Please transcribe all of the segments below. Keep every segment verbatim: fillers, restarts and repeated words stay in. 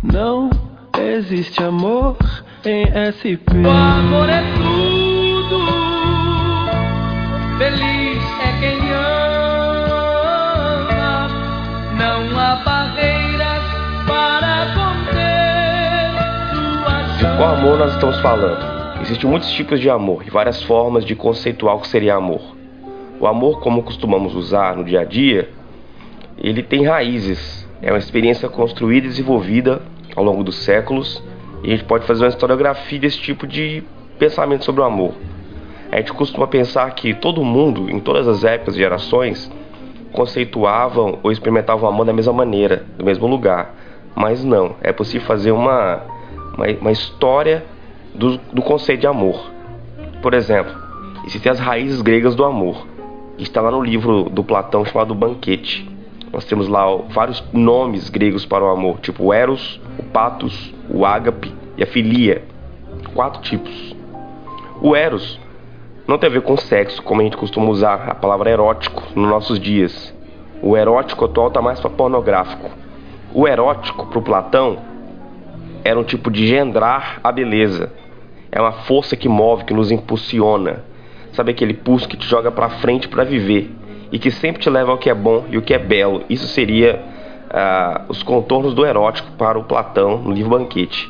Não existe amor em S P. O amor é tudo, feliz é quem ama. Não há barreiras para conter sua chama. De qual amor nós estamos falando? Existem muitos tipos de amor e várias formas de conceituar o que seria amor. O amor, como costumamos usar no dia a dia, ele tem raízes. É uma experiência construída e desenvolvida ao longo dos séculos, e a gente pode fazer uma historiografia desse tipo de pensamento sobre o amor. A gente costuma pensar que todo mundo, em todas as épocas e gerações, conceituavam ou experimentavam o amor da mesma maneira, do mesmo lugar. Mas não, é possível fazer uma, uma, uma história do, do conceito de amor. Por exemplo, existem as raízes gregas do amor. Está lá no livro do Platão chamado Banquete. Nós temos lá vários nomes gregos para o amor, tipo o Eros, o Pathos, o Ágape e a Filia. Quatro tipos. O Eros não tem a ver com sexo, como a gente costuma usar a palavra erótico nos nossos dias. O erótico atual está mais para pornográfico. O erótico, para o Platão, era um tipo de gendrar a beleza. É uma força que move, que nos impulsiona. Sabe aquele pulso que te joga para frente para viver e que sempre te leva ao que é bom e o que é belo. Isso seria ah, os contornos do erótico para o Platão no livro Banquete.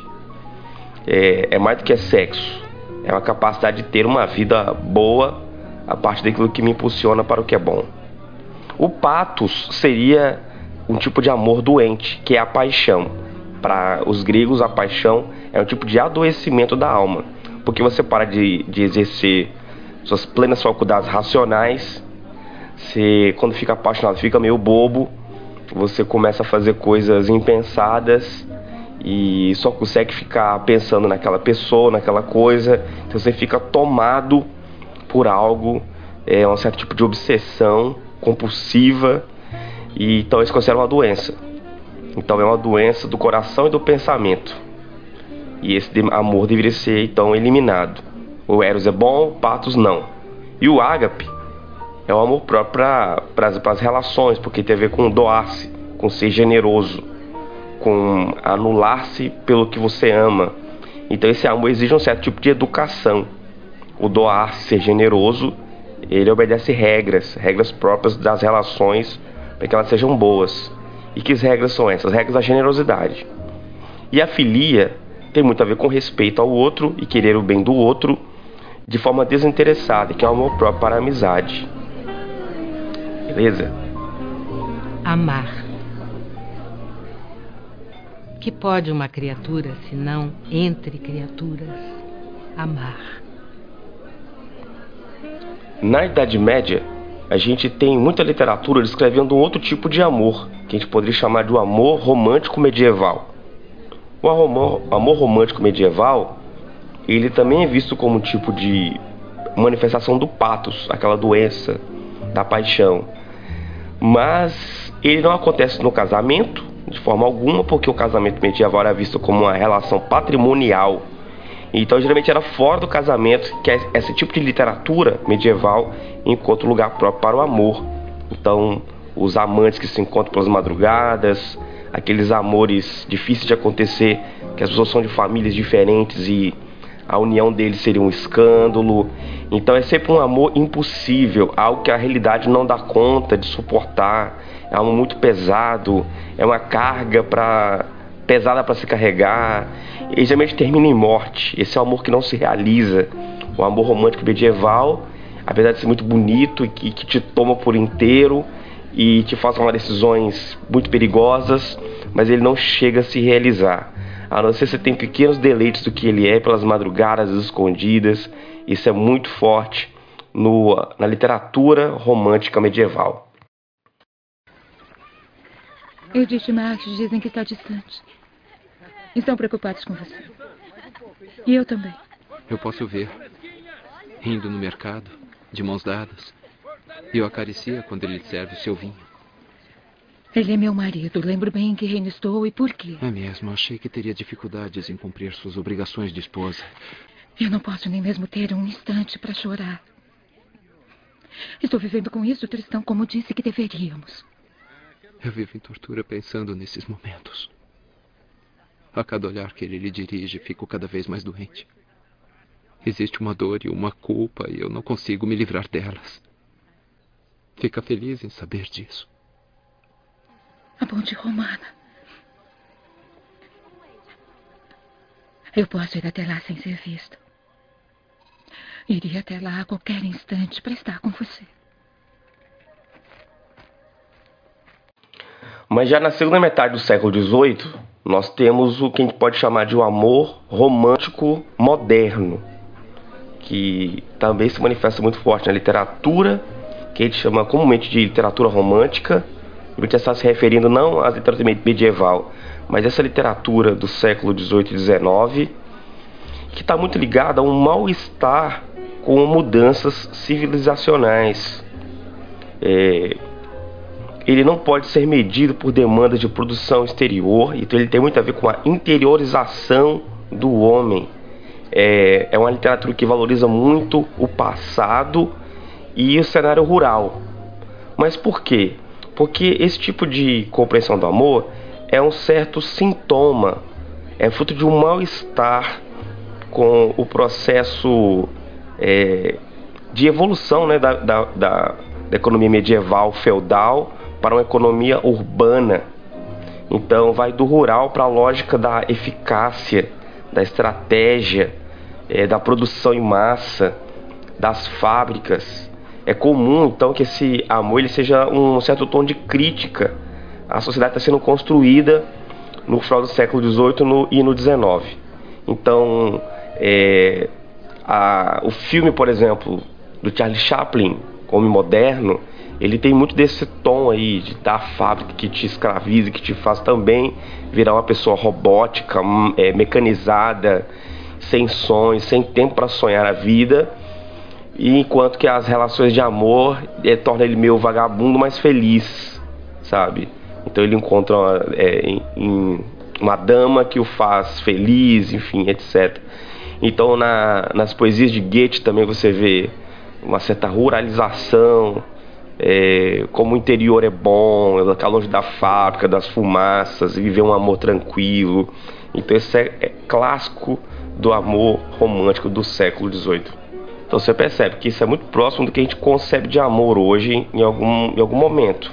É, é mais do que é sexo. É uma capacidade de ter uma vida boa a partir daquilo que me impulsiona para o que é bom. O pathos seria um tipo de amor doente, que é a paixão. Para os gregos, a paixão é um tipo de adoecimento da alma, porque você para de, de exercer suas plenas faculdades racionais. Você, quando fica apaixonado, fica meio bobo. Você começa a fazer coisas impensadas e só consegue ficar pensando naquela pessoa, naquela coisa. Então você fica tomado por algo, é um certo tipo de obsessão compulsiva, e então isso considera uma doença. Então é uma doença do coração e do pensamento, e esse amor deveria ser então eliminado. O Eros é bom, o Pathos não. E o Ágape é o amor próprio para as relações, porque tem a ver com doar-se, com ser generoso, com anular-se pelo que você ama. Então esse amor exige um certo tipo de educação. O doar-se, ser generoso, ele obedece regras, regras próprias das relações, para que elas sejam boas. E que regras são essas? Regras da generosidade. E a filia tem muito a ver com respeito ao outro e querer o bem do outro de forma desinteressada, que é o amor próprio para a amizade. Beleza? Amar. Que pode uma criatura, se não entre criaturas, amar? Na Idade Média, a gente tem muita literatura descrevendo um outro tipo de amor, que a gente poderia chamar de um amor romântico medieval. O amor, amor romântico medieval, ele também é visto como um tipo de manifestação do pathos, aquela doença da paixão. Mas ele não acontece no casamento, de forma alguma, porque o casamento medieval era visto como uma relação patrimonial. Então, geralmente era fora do casamento que esse tipo de literatura medieval encontra um lugar próprio para o amor. Então, os amantes que se encontram pelas madrugadas, aqueles amores difíceis de acontecer, que as pessoas são de famílias diferentes e a união deles seria um escândalo. Então é sempre um amor impossível, algo que a realidade não dá conta de suportar. É algo muito pesado, é uma carga pra, pesada para se carregar, e geralmente termina em morte. Esse é o amor que não se realiza. O amor romântico medieval, apesar de ser muito bonito e que, que te toma por inteiro e te faz tomar decisões muito perigosas, mas ele não chega a se realizar. A não ser que você tem pequenos deleites do que ele é pelas madrugadas escondidas. Isso é muito forte no, na literatura romântica medieval. Edith e Max dizem que está distante. Estão preocupados com você. E eu também. Eu posso ver. Rindo no mercado, de mãos dadas. E eu acaricia quando ele serve o seu vinho. Ele é meu marido. Lembro bem em que reino estou e por quê. É mesmo. Achei que teria dificuldades em cumprir suas obrigações de esposa. Eu não posso nem mesmo ter um instante para chorar. Estou vivendo com isso, Tristão, como disse que deveríamos. Eu vivo em tortura pensando nesses momentos. A cada olhar que ele lhe dirige, fico cada vez mais doente. Existe uma dor e uma culpa e eu não consigo me livrar delas. Fica feliz em saber disso. A ponte romana. Eu posso ir até lá sem ser visto. Iria até lá a qualquer instante para estar com você. Mas já na segunda metade do século dezoito, nós temos o que a gente pode chamar de um amor romântico moderno, que também se manifesta muito forte na literatura, que a gente chama comumente de literatura romântica. A gente está se referindo não à literatura medieval, mas essa literatura do século dezoito e dezenove, que está muito ligada a um mal-estar com mudanças civilizacionais. É, ele não pode ser medido por demandas de produção exterior, então ele tem muito a ver com a interiorização do homem. É, é uma literatura que valoriza muito o passado e o cenário rural. Mas por quê? Porque esse tipo de compreensão do amor é um certo sintoma, é fruto de um mal-estar com o processo é, de evolução, né, da, da, da, da economia medieval feudal para uma economia urbana. Então vai do rural para a lógica da eficácia, da estratégia, é, da produção em massa, das fábricas. É comum então que esse amor ele seja um certo tom de crítica à sociedade que está sendo construída no final do século dezoito no, e no dezenove. Então é, a, o filme, por exemplo, do Charlie Chaplin, Homem Moderno, ele tem muito desse tom aí de da fábrica que te escraviza, que te faz também virar uma pessoa robótica, é, mecanizada, sem sonhos, sem tempo para sonhar a vida. E enquanto que as relações de amor é, tornam ele meio vagabundo, mas feliz, sabe? Então ele encontra uma, é, em, em uma dama que o faz feliz, enfim, etcétera. Então na, nas poesias de Goethe também você vê uma certa ruralização, é, como o interior é bom, ela está longe da fábrica, das fumaças, viver um amor tranquilo. Então esse é, é clássico do amor romântico do século dezoito. Então você percebe que isso é muito próximo do que a gente concebe de amor hoje em algum, em algum momento.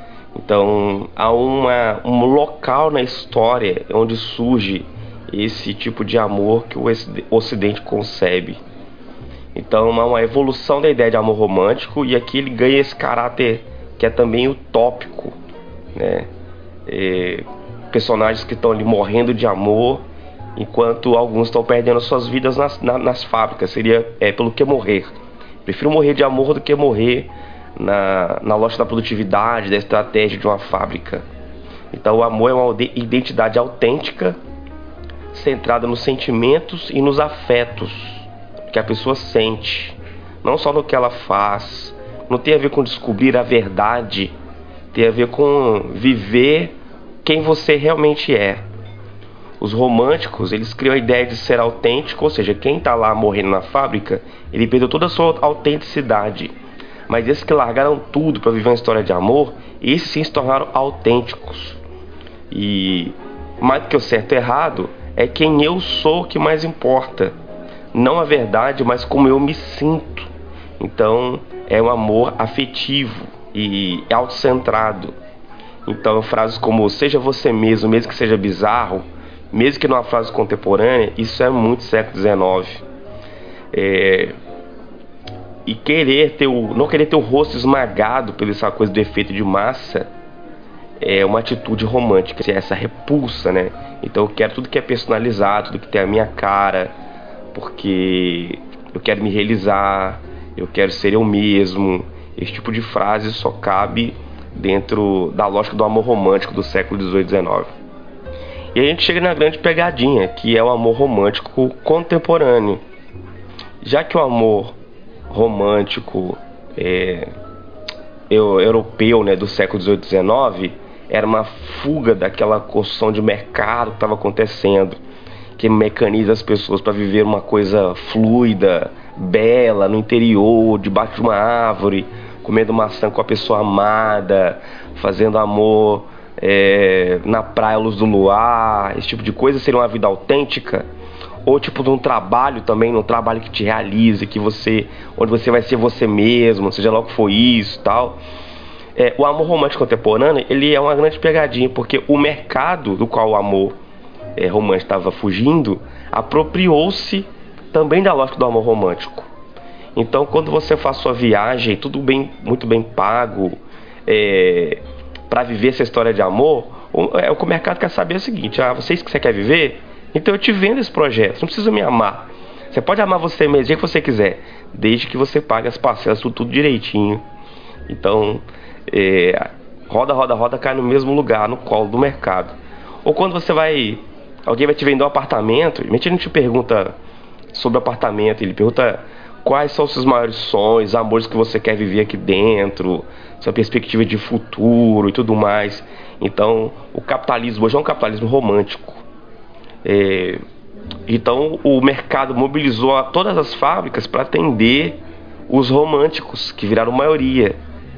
Então há uma, um local na história onde surge esse tipo de amor que o Ocidente concebe. Então há uma evolução da ideia de amor romântico, e aqui ele ganha esse caráter que é também utópico, né? É, personagens que estão ali morrendo de amor, enquanto alguns estão perdendo suas vidas nas, na, nas fábricas. Seria é, pelo que morrer. Prefiro morrer de amor do que morrer na, na loja da produtividade, da estratégia de uma fábrica. Então o amor é uma identidade autêntica, centrada nos sentimentos e nos afetos que a pessoa sente, não só no que ela faz. Não tem a ver com descobrir a verdade, tem a ver com viver quem você realmente é. Os românticos, eles criam a ideia de ser autêntico, ou seja, quem está lá morrendo na fábrica, ele perdeu toda a sua autenticidade. Mas esses que largaram tudo para viver uma história de amor, esses sim se tornaram autênticos. E mais do que o certo e errado, é quem eu sou que mais importa. Não a verdade, mas como eu me sinto. Então é um amor afetivo e autocentrado. Então frases como seja você mesmo, mesmo que seja bizarro, mesmo que numa frase contemporânea, isso é muito século dezenove. É... E querer ter o... não querer ter o rosto esmagado pela essa coisa do efeito de massa é uma atitude romântica, essa repulsa, né? Então eu quero tudo que é personalizado, tudo que tem a minha cara, porque eu quero me realizar, eu quero ser eu mesmo. Esse tipo de frase só cabe dentro da lógica do amor romântico do século dezoito e dezenove. E a gente chega na grande pegadinha, que é o amor romântico contemporâneo. Já que o amor romântico é, europeu, né, do século dezoito e dezenove era uma fuga daquela construção de mercado que estava acontecendo, que mecaniza as pessoas para viver uma coisa fluida, bela, no interior, debaixo de uma árvore, comendo maçã com a pessoa amada, fazendo amor é, na praia à luz do luar, esse tipo de coisa seria uma vida autêntica? Ou tipo de um trabalho também, um trabalho que te realize, que você, onde você vai ser você mesmo, seja lá o que for isso e tal. É, o amor romântico contemporâneo, ele é uma grande pegadinha, porque o mercado do qual o amor é, romântico estava fugindo, apropriou-se também da lógica do amor romântico. Então, quando você faz sua viagem, tudo bem, muito bem pago, é, para viver essa história de amor, o, é, o que o mercado quer saber é o seguinte: ah, vocês que você quer viver? Então eu te vendo esse projeto, você não precisa me amar. Você pode amar você mesmo, o dia que você quiser, desde que você pague as parcelas, tudo, tudo direitinho. Então, é, roda, roda, roda, cai no mesmo lugar, no colo do mercado. Ou quando você vai, alguém vai te vender um apartamento, ele não te pergunta sobre o apartamento, ele pergunta quais são os seus maiores sonhos, amores que você quer viver aqui dentro, sua perspectiva de futuro e tudo mais. Então, o capitalismo hoje é um capitalismo romântico. É, então o mercado mobilizou a, todas as fábricas para atender os românticos, que viraram maioria.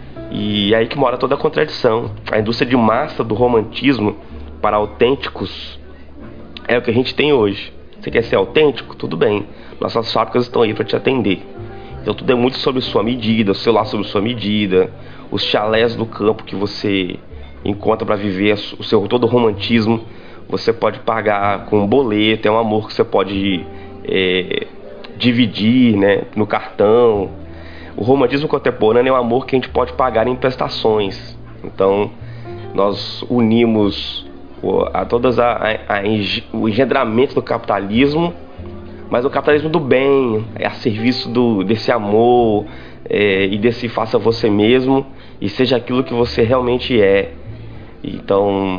E aí que mora toda a contradição. A indústria de massa do romantismo para autênticos é o que a gente tem hoje. Você quer ser autêntico? Tudo bem, nossas fábricas estão aí para te atender. Então tudo é muito sobre sua medida, o celular sobre sua medida, os chalés do campo que você encontra para viver o seu todo o romantismo. Você pode pagar com um boleto, é um amor que você pode é, dividir, né, no cartão. O romantismo contemporâneo é um amor que a gente pode pagar em prestações. Então, nós unimos o, a todas a, a, a, o engendramento do capitalismo, mas o capitalismo do bem, é a serviço do, desse amor é, e desse faça você mesmo e seja aquilo que você realmente é. Então,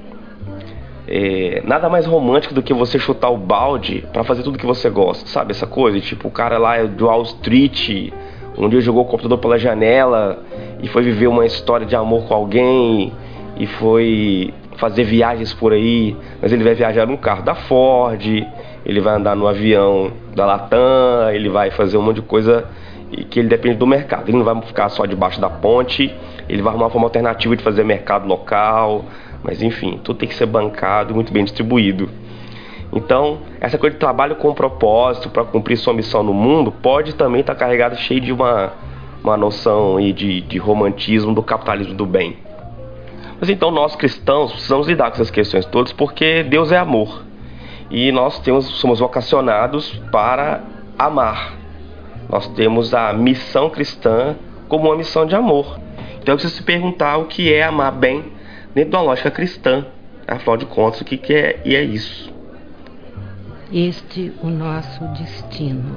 É, nada mais romântico do que você chutar o balde pra fazer tudo que você gosta, sabe? Essa coisa, tipo, o cara lá do Wall Street, um dia jogou o computador pela janela e foi viver uma história de amor com alguém e foi fazer viagens por aí, mas ele vai viajar num carro da Ford, ele vai andar no avião da Latam, ele vai fazer um monte de coisa que ele depende do mercado. Ele não vai ficar só debaixo da ponte, ele vai arrumar uma forma alternativa de fazer mercado local. Mas enfim, tudo tem que ser bancado e muito bem distribuído. Então, essa coisa de trabalho com propósito para cumprir sua missão no mundo pode também estar carregada cheio de uma, uma noção aí de, de romantismo do capitalismo do bem. Mas então nós cristãos precisamos lidar com essas questões todas, porque Deus é amor. E nós temos, somos vocacionados para amar. Nós temos a missão cristã como uma missão de amor. Então eu preciso se perguntar o que é amar bem dentro de uma lógica cristã. Afinal de contas, o que, que é e é isso? Este o nosso destino.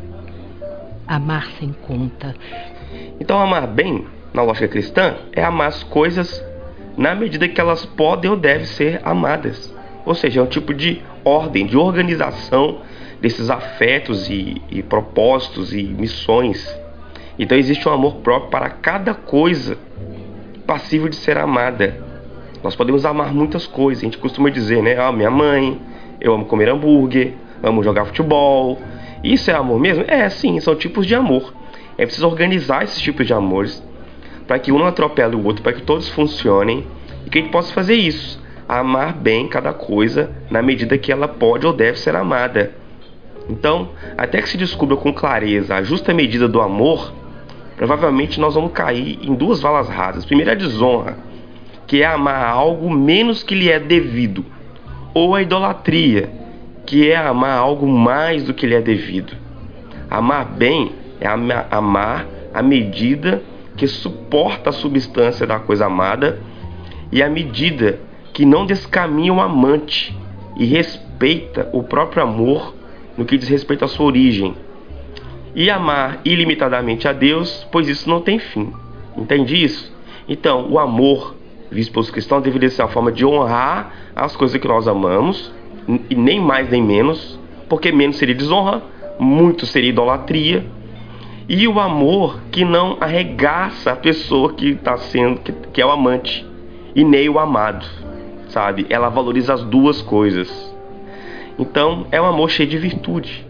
Amar sem conta. Então amar bem, na lógica cristã, é amar as coisas na medida que elas podem ou devem ser amadas. Ou seja, é um tipo de ordem, de organização desses afetos e, e propósitos e missões. Então existe um amor próprio para cada coisa passível de ser amada. Nós podemos amar muitas coisas. A gente costuma dizer, né? Ah, minha mãe, eu amo comer hambúrguer, amo jogar futebol. Isso é amor mesmo? É, sim, são tipos de amor. É preciso organizar esses tipos de amores para que um não atropele o outro, para que todos funcionem e que a gente possa fazer isso. Amar bem cada coisa na medida que ela pode ou deve ser amada. Então, até que se descubra com clareza a justa medida do amor, provavelmente nós vamos cair em duas valas rasas. Primeiro, a desonra, que é amar algo menos que lhe é devido, ou a idolatria, que é amar algo mais do que lhe é devido. Amar bem é amar a medida que suporta a substância da coisa amada e a medida que não descaminha o amante e respeita o próprio amor no que diz respeito à sua origem. E amar ilimitadamente a Deus, pois isso não tem fim. Entende isso? Então, o amor visto pelos cristãos deveria ser uma forma de honrar as coisas que nós amamos, e nem mais nem menos, porque menos seria desonra, muito seria idolatria. E o amor que não arregaça a pessoa que está sendo, que, que é o amante, e nem o amado, sabe? Ela valoriza as duas coisas. Então, é um amor cheio de virtude.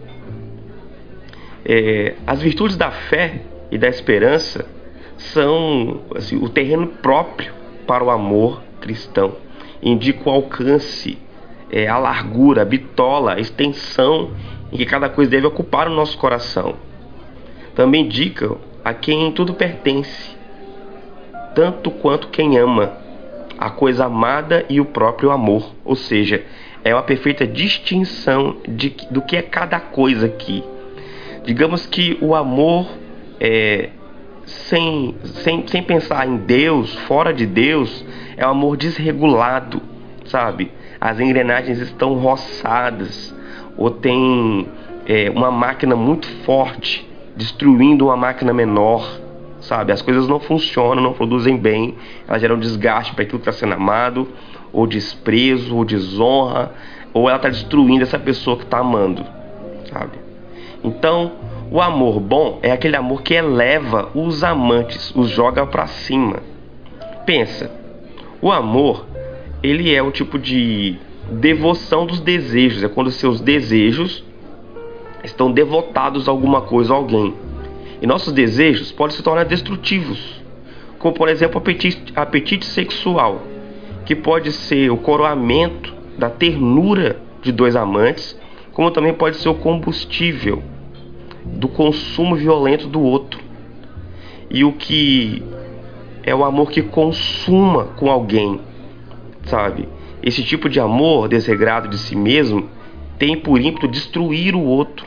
É, as virtudes da fé e da esperança são assim, o terreno próprio para o amor cristão. Indica o alcance, é, a largura, a bitola, a extensão em que cada coisa deve ocupar o nosso coração. Também indica a quem tudo pertence, tanto quanto quem ama, a coisa amada e o próprio amor. Ou seja, é uma perfeita distinção de, do que é cada coisa aqui. Digamos que o amor, é, sem, sem, sem pensar em Deus, fora de Deus, é um amor desregulado, sabe? As engrenagens estão roçadas, ou tem é, uma máquina muito forte destruindo uma máquina menor, sabe? As coisas não funcionam, não produzem bem, elas geram desgaste para aquilo que está sendo amado, ou desprezo, ou desonra, ou ela está destruindo essa pessoa que está amando, sabe? Então, o amor bom é aquele amor que eleva os amantes, os joga para cima. Pensa, o amor, ele é um tipo de devoção dos desejos, é quando seus desejos estão devotados a alguma coisa ou alguém. E nossos desejos podem se tornar destrutivos, como por exemplo o apetite, apetite sexual, que pode ser o coroamento da ternura de dois amantes, como também pode ser o combustível do consumo violento do outro. E o que é o amor que consuma com alguém, sabe? Esse tipo de amor desregrado de si mesmo tem por ímpeto destruir o outro.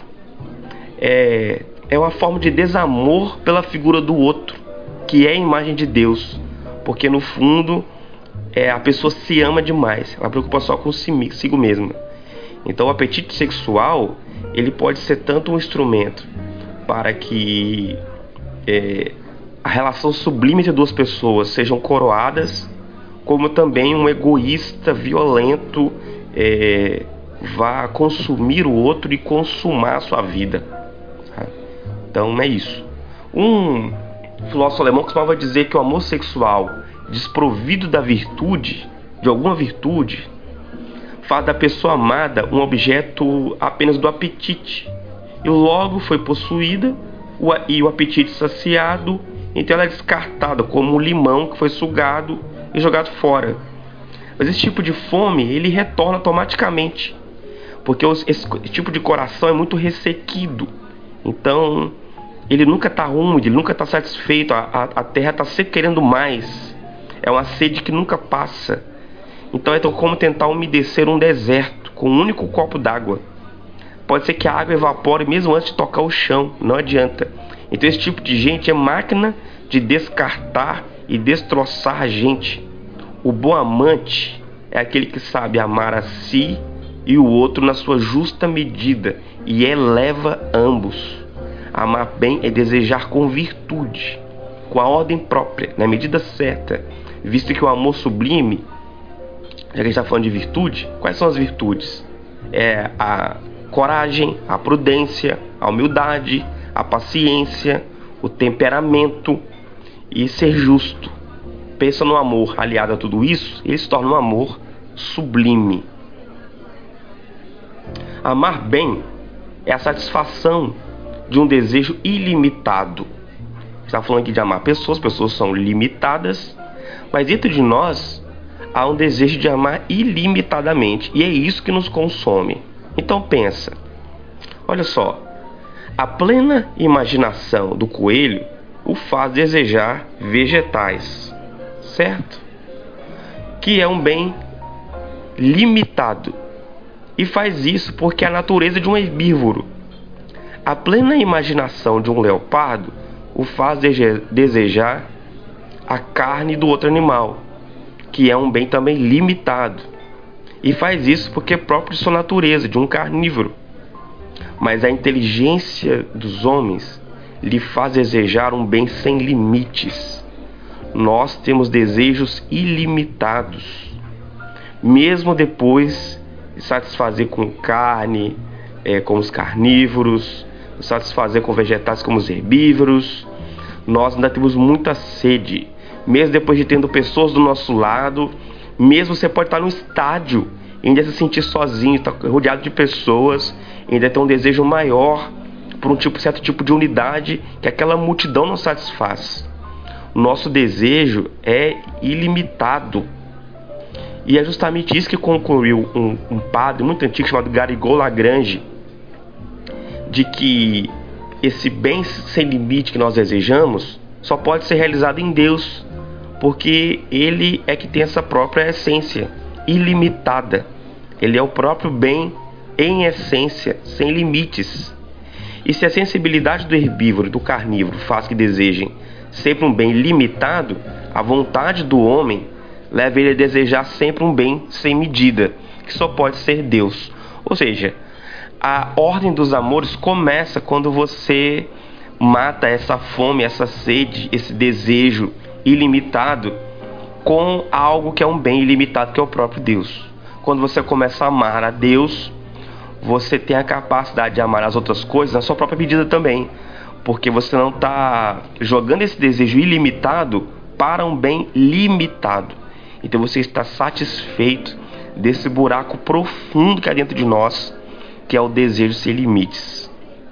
É, é uma forma de desamor pela figura do outro, que é a imagem de Deus, porque no fundo é, a pessoa se ama demais, ela preocupa só consigo mesma. Então o apetite sexual, ele pode ser tanto um instrumento para que é, a relação sublime entre duas pessoas sejam coroadas, como também um egoísta violento é, vá consumir o outro e consumar a sua vida, sabe? Então é isso. Um filósofo alemão costumava dizer que o amor sexual desprovido da virtude, de alguma virtude, faz da pessoa amada um objeto apenas do apetite, e logo foi possuída e o apetite saciado, então ela é descartada como um limão que foi sugado e jogado fora. Mas esse tipo de fome, ele retorna automaticamente, porque esse tipo de coração é muito ressequido, então ele nunca está úmido, ele nunca está satisfeito, a, a, a terra está sempre querendo mais, é uma sede que nunca passa. Então é como tentar umedecer um deserto com um único copo d'água. Pode ser que a água evapore mesmo antes de tocar o chão, não adianta. Então esse tipo de gente é máquina de descartar e destroçar a gente. O bom amante é aquele que sabe amar a si e o outro na sua justa medida e eleva ambos. Amar bem é desejar com virtude, com a ordem própria, na medida certa, visto que o amor sublime, já que a gente está falando de virtude, quais são as virtudes? É a coragem, a prudência, a humildade, a paciência, o temperamento e ser justo. Pensa no amor aliado a tudo isso, ele se torna um amor sublime. Amar bem é a satisfação de um desejo ilimitado. Está falando aqui de amar pessoas, pessoas são limitadas, mas dentro de nós há um desejo de amar ilimitadamente, e é isso que nos consome. Então pensa, olha só, a plena imaginação do coelho o faz desejar vegetais, certo? Que é um bem limitado, e faz isso porque é a natureza de um herbívoro. A plena imaginação de um leopardo o faz desejar a carne do outro animal, que é um bem também limitado, e faz isso porque é próprio de sua natureza, de um carnívoro. Mas a inteligência dos homens lhe faz desejar um bem sem limites. Nós temos desejos ilimitados, mesmo depois de satisfazer com carne, é, como os carnívoros, satisfazer com vegetais como os herbívoros. Nós ainda temos muita sede, mesmo depois de tendo pessoas do nosso lado. Mesmo você pode estar no estádio e ainda se sentir sozinho, estar rodeado de pessoas, e ainda ter um desejo maior por um tipo, certo tipo de unidade que aquela multidão não satisfaz. O nosso desejo é ilimitado, E é justamente isso que concluiu um, um padre muito antigo chamado Garrigou Lagrange, de que esse bem sem limite que nós desejamos só pode ser realizado em Deus, porque Ele é que tem essa própria essência ilimitada. Ele é o próprio bem em essência, sem limites. E se a sensibilidade do herbívoro e do carnívoro faz que desejem sempre um bem limitado, a vontade do homem leva ele a desejar sempre um bem sem medida, que só pode ser Deus. Ou seja, a ordem dos amores começa quando você mata essa fome, essa sede, esse desejo ilimitado com algo que é um bem ilimitado, que é o próprio Deus. Quando você começa a amar a Deus, você tem a capacidade de amar as outras coisas na sua própria medida também, porque você não está jogando esse desejo ilimitado para um bem limitado. Então você está satisfeito desse buraco profundo que há dentro de nós, que é o desejo sem limites.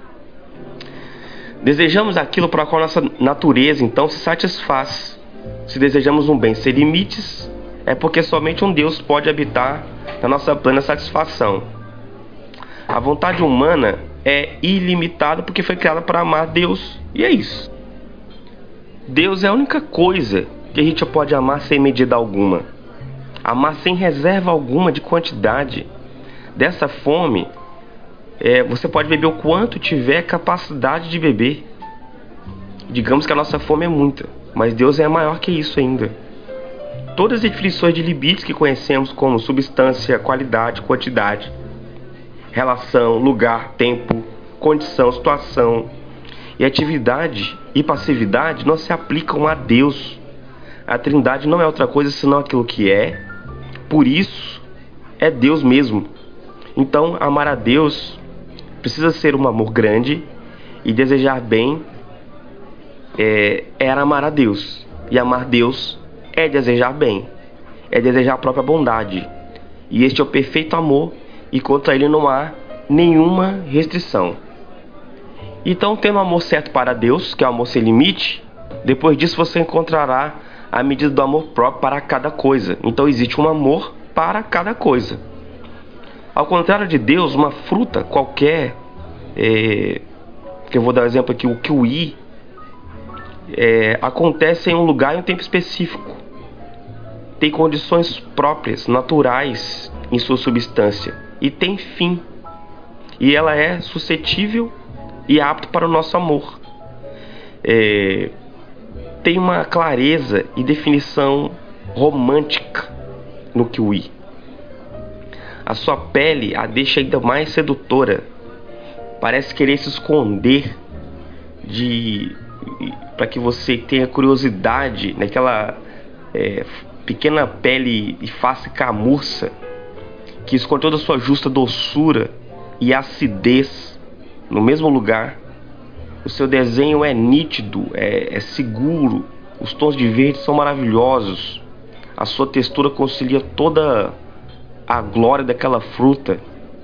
Desejamos aquilo para qual nossa natureza então se satisfaz. Se desejamos um bem sem limites, é porque somente um Deus pode habitar na nossa plena satisfação. A vontade humana é ilimitada porque foi criada para amar Deus, e é isso. Deus é a única coisa que a gente pode amar sem medida alguma, amar sem reserva alguma de quantidade. Dessa fome, é, você pode beber o quanto tiver capacidade de beber. Digamos que a nossa fome é muita, mas Deus é maior que isso ainda. Todas as definições de limites que conhecemos, como substância, qualidade, quantidade, relação, lugar, tempo, condição, situação e atividade e passividade, não se aplicam a Deus. A Trindade não é outra coisa senão aquilo que é, por isso é Deus mesmo. Então, amar a Deus precisa ser um amor grande, e desejar bem é, era amar a Deus. E amar Deus é desejar bem, é desejar a própria bondade. E este é o perfeito amor, e contra ele não há nenhuma restrição. Então, tendo o amor certo para Deus, que é o amor sem limite, depois disso você encontrará a medida do amor próprio para cada coisa. Então existe um amor para cada coisa. Ao contrário de Deus, uma fruta qualquer, é, que eu vou dar um exemplo aqui, o kiwi, é, acontece em um lugar e um tempo específico. Tem condições próprias, naturais em sua substância, e tem fim. E ela é suscetível e apta para o nosso amor. É, tem uma clareza e definição romântica no kiwi. A sua pele a deixa ainda mais sedutora. Parece querer se esconder de para que você tenha curiosidade naquela é, pequena pele e face camurça que esconde toda a sua justa doçura e acidez no mesmo lugar. O seu desenho é nítido, é, é seguro, os tons de verde são maravilhosos, a sua textura concilia toda a glória daquela fruta.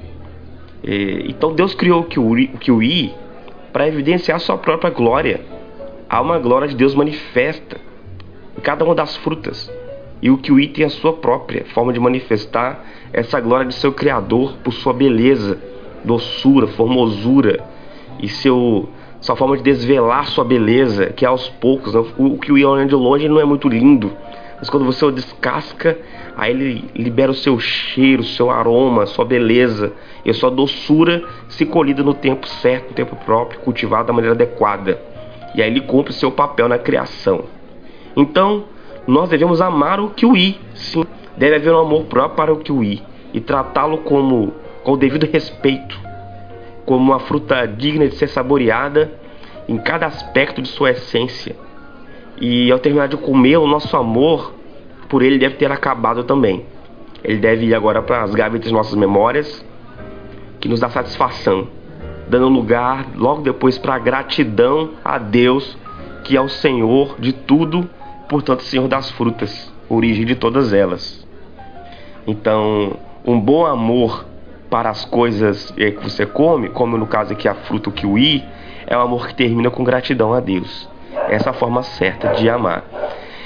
É, então Deus criou o kiwi, o kiwi para evidenciar a sua própria glória. Há uma glória de Deus manifesta em cada uma das frutas, e o kiwi tem a sua própria forma de manifestar essa glória de seu Criador por sua beleza, doçura, formosura e seu, sua forma de desvelar sua beleza, que é aos poucos. Né? O, o kiwi, olhando de longe, ele não é muito lindo, mas quando você o descasca, aí ele libera o seu cheiro, o seu aroma, a sua beleza e a sua doçura se colhida no tempo certo, no tempo próprio, cultivado da maneira adequada. E aí ele cumpre o seu papel na criação. Então, nós devemos amar o kiwi, sim. Deve haver um amor próprio para o kiwi e tratá-lo como, com o devido respeito, como uma fruta digna de ser saboreada em cada aspecto de sua essência. E ao terminar de comer, o nosso amor por ele deve ter acabado também. Ele deve ir agora para as gavetas de nossas memórias, que nos dá satisfação, dando lugar logo depois para a gratidão a Deus, que é o Senhor de tudo, portanto Senhor das frutas, origem de todas elas. Então, um bom amor para as coisas que você come, como no caso aqui a fruta, o kiwi, é um amor que termina com gratidão a Deus. Essa é a forma certa de amar.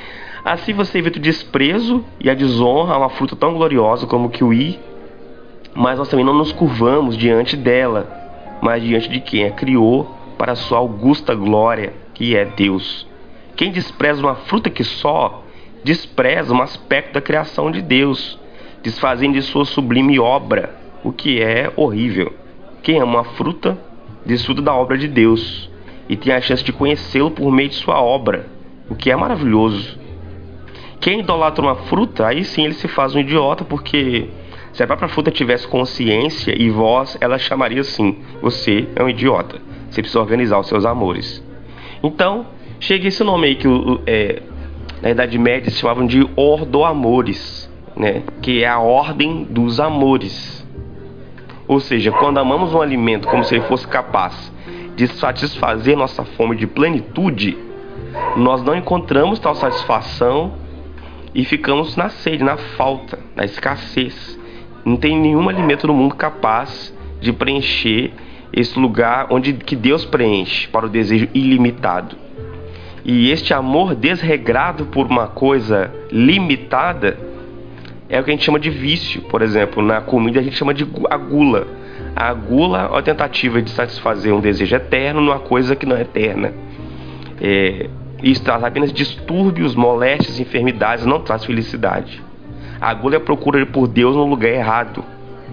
Assim você evita o desprezo e a desonra a uma fruta tão gloriosa como o kiwi, mas nós também não nos curvamos diante dela, mas diante de quem a criou para a sua augusta glória, que é Deus. Quem despreza uma fruta que só, despreza um aspecto da criação de Deus, desfazendo de sua sublime obra, o que é horrível. Quem ama uma fruta, desfruta da obra de Deus e tem a chance de conhecê-lo por meio de sua obra, o que é maravilhoso. Quem idolatra uma fruta, aí sim ele se faz um idiota, porque se a própria fruta tivesse consciência e voz, ela chamaria assim: você é um idiota, você precisa organizar os seus amores. Então, chega esse nome aí que é, na Idade Média se chamavam de ordoamores, né? Que é a ordem dos amores. Ou seja, quando amamos um alimento como se ele fosse capaz de satisfazer nossa fome de plenitude, nós não encontramos tal satisfação e ficamos na sede, na falta, na escassez. Não tem nenhum alimento no mundo capaz de preencher esse lugar onde que Deus preenche para o desejo ilimitado. E este amor desregrado por uma coisa limitada é o que a gente chama de vício. Por exemplo, na comida a gente chama de a gula. A gula é a tentativa de satisfazer um desejo eterno numa coisa que não é eterna. É, isso traz apenas distúrbios, moléstias, enfermidades, não traz felicidade. A gula é a procura por Deus no lugar errado.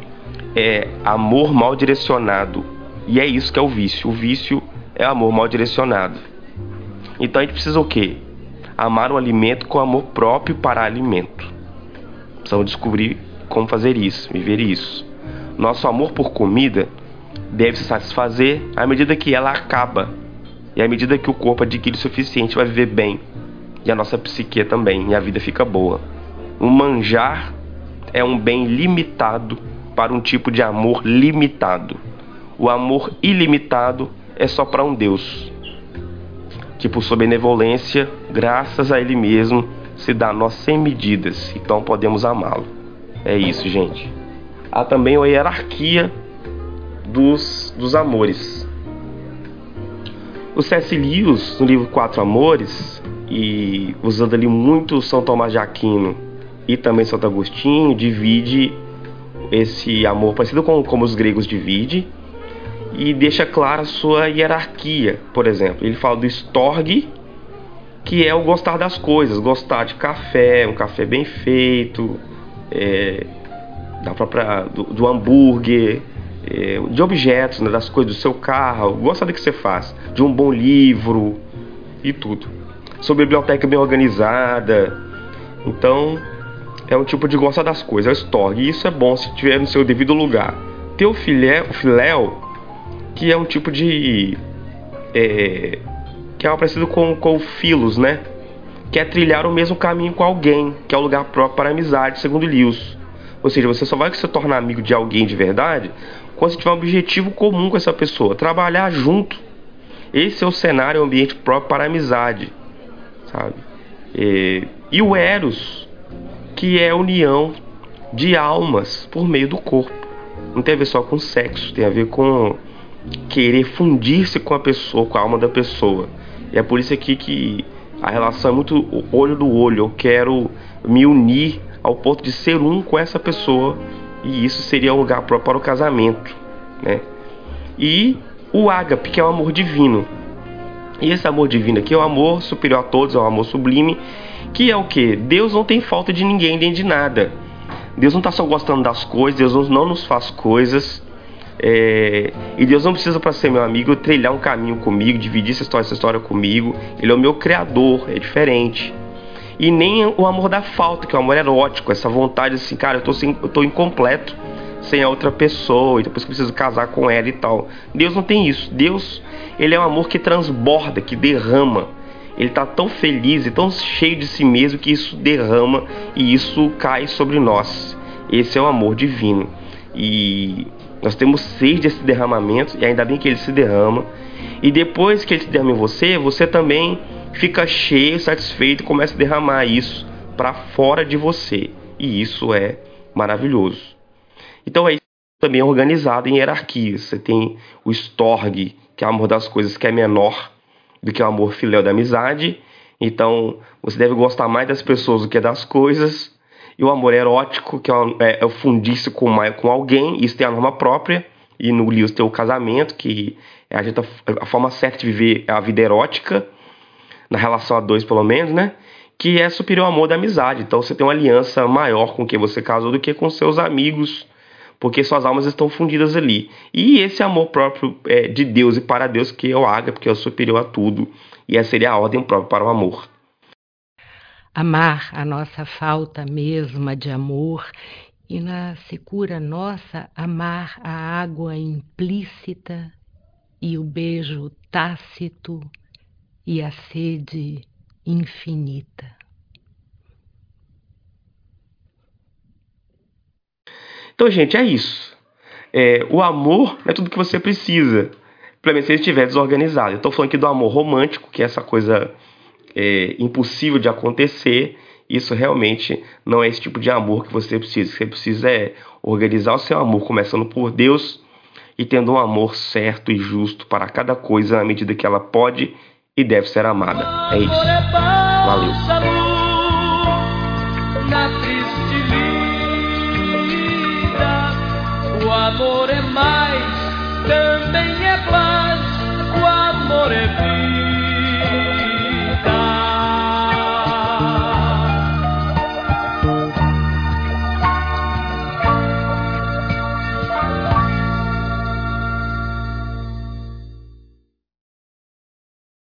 É amor mal direcionado. E é isso que é o vício. O vício é amor mal direcionado. Então a gente precisa o quê? Amar um alimento com amor próprio para alimento. Precisamos descobrir como fazer isso, viver isso. Nosso amor por comida deve se satisfazer à medida que ela acaba. E à medida que o corpo adquire o suficiente, vai viver bem. E a nossa psique também, e a vida fica boa. O manjar é um bem limitado para um tipo de amor limitado. O amor ilimitado é só para um Deus, que por sua benevolência, graças a Ele mesmo, se dá a nós sem medidas. Então podemos amá-lo. É isso, gente. Há também a hierarquia dos, dos amores. O C S Lewis, no livro Quatro Amores, e usando ali muito São Tomás de Aquino e também Santo Agostinho, divide esse amor parecido com como os gregos dividem e deixa clara a sua hierarquia. Por exemplo, ele fala do storge, que é o gostar das coisas, gostar de café, um café bem feito, é, da própria, do, do hambúrguer, é, de objetos, né, das coisas do seu carro, gosta do que você faz, de um bom livro e tudo. Sua biblioteca bem organizada. Então, é um tipo de gostar das coisas, é o storge, e isso é bom se tiver no seu devido lugar. Tem o filé, o filéu, que é um tipo de... É, que é parecido com, com o filos, né? Que é trilhar o mesmo caminho com alguém, que é o lugar próprio para a amizade, segundo Lewis. Ou seja, você só vai se tornar amigo de alguém de verdade quando você tiver um objetivo comum com essa pessoa, trabalhar junto. Esse é o cenário, o ambiente próprio para a amizade, sabe? E, e o eros, que é a união de almas por meio do corpo. Não tem a ver só com sexo, tem a ver com querer fundir-se com a pessoa, com a alma da pessoa. E é por isso aqui que a relação é muito olho no olho. Eu quero me unir ao ponto de ser um com essa pessoa, e isso seria um lugar próprio para o casamento, né? E o ágape, que é o amor divino. E esse amor divino aqui é o amor superior a todos, é o amor sublime, que é o que? Deus não tem falta de ninguém nem de nada. Deus não está só gostando das coisas, Deus não nos faz coisas. É, e Deus não precisa, para ser meu amigo, trilhar um caminho comigo, dividir essa história, essa história comigo. Ele é o meu criador, é diferente. E nem o amor da falta, que é o amor erótico, essa vontade assim, cara, eu tô, sem, eu tô incompleto sem a outra pessoa, e depois que eu preciso casar com ela e tal. Deus não tem isso. Deus, ele é um amor que transborda, que derrama. Ele tá tão feliz e tão cheio de si mesmo que isso derrama e isso cai sobre nós. Esse é o amor divino. E nós temos sede desse derramamento, e ainda bem que ele se derrama. E depois que ele se derrama em você, você também fica cheio, satisfeito e começa a derramar isso para fora de você. E isso é maravilhoso. Então é isso também organizado em hierarquias. Você tem o storge, que é o amor das coisas, que é menor do que o amor filéu da amizade. Então, você deve gostar mais das pessoas do que das coisas. E o amor erótico, que é, uma, é, é o fundir-se com, uma, com alguém, isso tem a norma própria. E no livro tem o casamento, que é a, gente, a forma certa de viver a vida erótica, na relação a dois pelo menos, né? Que é superior ao amor da amizade. Então você tem uma aliança maior com quem você casou do que com seus amigos, porque suas almas estão fundidas ali. E esse amor próprio é, de Deus e para Deus, que é o ágape, que é o superior a tudo. E essa seria a ordem própria para o amor. Amar a nossa falta mesma de amor e na secura nossa amar a água implícita e o beijo tácito e a sede infinita. Então, gente, é isso. É, o amor é tudo que você precisa, pelo menos se ele estiver desorganizado. Eu estou falando aqui do amor romântico, que é essa coisa é, impossível de acontecer. Isso realmente não é esse tipo de amor que você precisa. O que você precisa é organizar o seu amor, começando por Deus e tendo um amor certo e justo para cada coisa na medida que ela pode e deve ser amada. É isso. Valeu. O amor é mais, também é paz, o amor é vida.